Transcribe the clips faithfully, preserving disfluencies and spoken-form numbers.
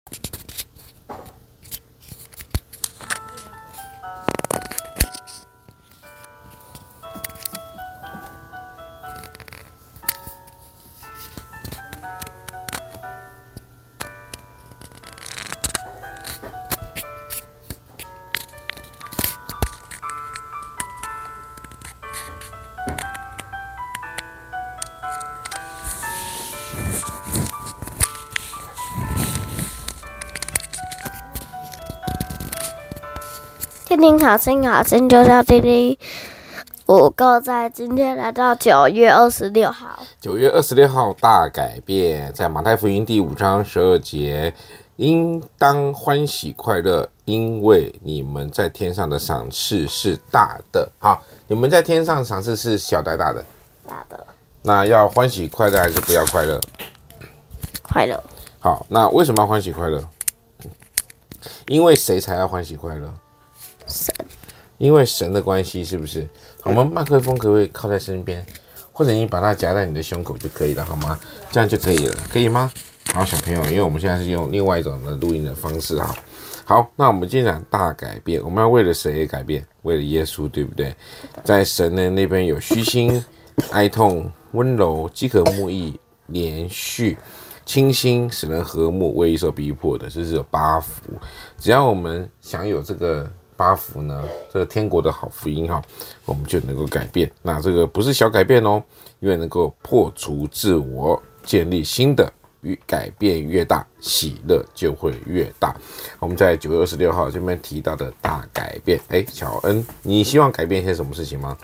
天天好心好心就叫滴滴五个，在今天来到九月二十六号。 九月二十六号大改变，在马太福音第五章十二节，应当欢喜快乐，因为你们在天上的赏赐是大的。好，你们在天上的赏赐是小的大的？ 大的。 那要欢喜快乐还是不要快乐？ 快乐。 好，那为什么要欢喜快乐？因为谁才要欢喜快乐？ 神。 因为神的关系，是不是？我们麦克风可不可以靠在身边，或者你把它夹在你的胸口就可以了，好吗？这样就可以了，可以吗？好，小朋友，因为我们现在是用另外一种的录音的方式哈。好，那我们今天讲大改变，我们要为了谁改变？为了耶稣，对不对？在神的那边有虚心、哀痛、温柔、饥渴慕义、连续、清心，使人和睦，为义受逼迫的，这是有八福。只要我们享有这个八福呢，这个天国的好福音哈，我们就能够改变。那这个不是小改变哦，因为能够破除自我，建立新的，越改变越大，喜乐就会越大。我们在九月二十六号这边提到的大改变，哎，小恩，你希望改变一些什么事情吗？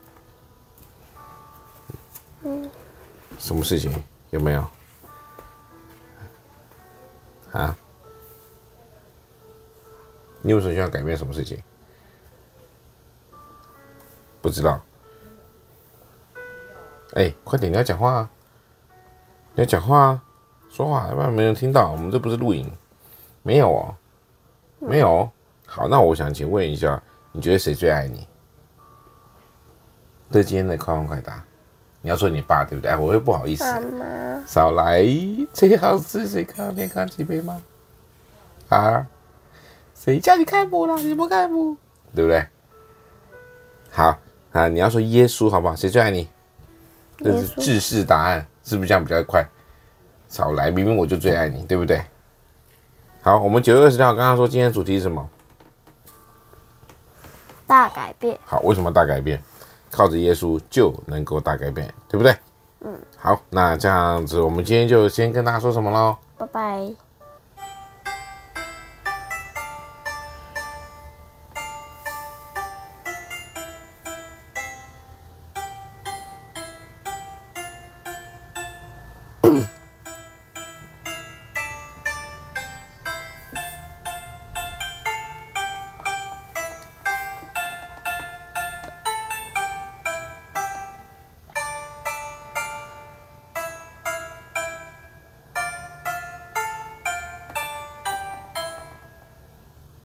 嗯，什么事情？有没有？啊？你为什么需要改变什么事情？不知道。哎、欸，快点，你要讲话啊！你要讲话啊！说话，要不然没人听到。我们这不是录影，没有哦，没有哦。好，那我想请问一下，你觉得谁最爱你？对今天的快问快答，你要说你爸对不对？哎，我会不好意思。 妈妈。 少来，最好是谁看面看几杯吗？啊？谁叫你看谱了？你不看谱，对不对？好啊，你要说耶稣好不好？谁最爱你？这是制式答案，是不是这样比较快？少来，明明我就最爱你，对不对？好，我们九月二十六号刚刚说今天的主题是什么？ 大改变。 好，为什么大改变？靠着耶稣就能够大改变，对不对？嗯。好，那这样子，我们今天就先跟大家说什么咯？ 拜拜。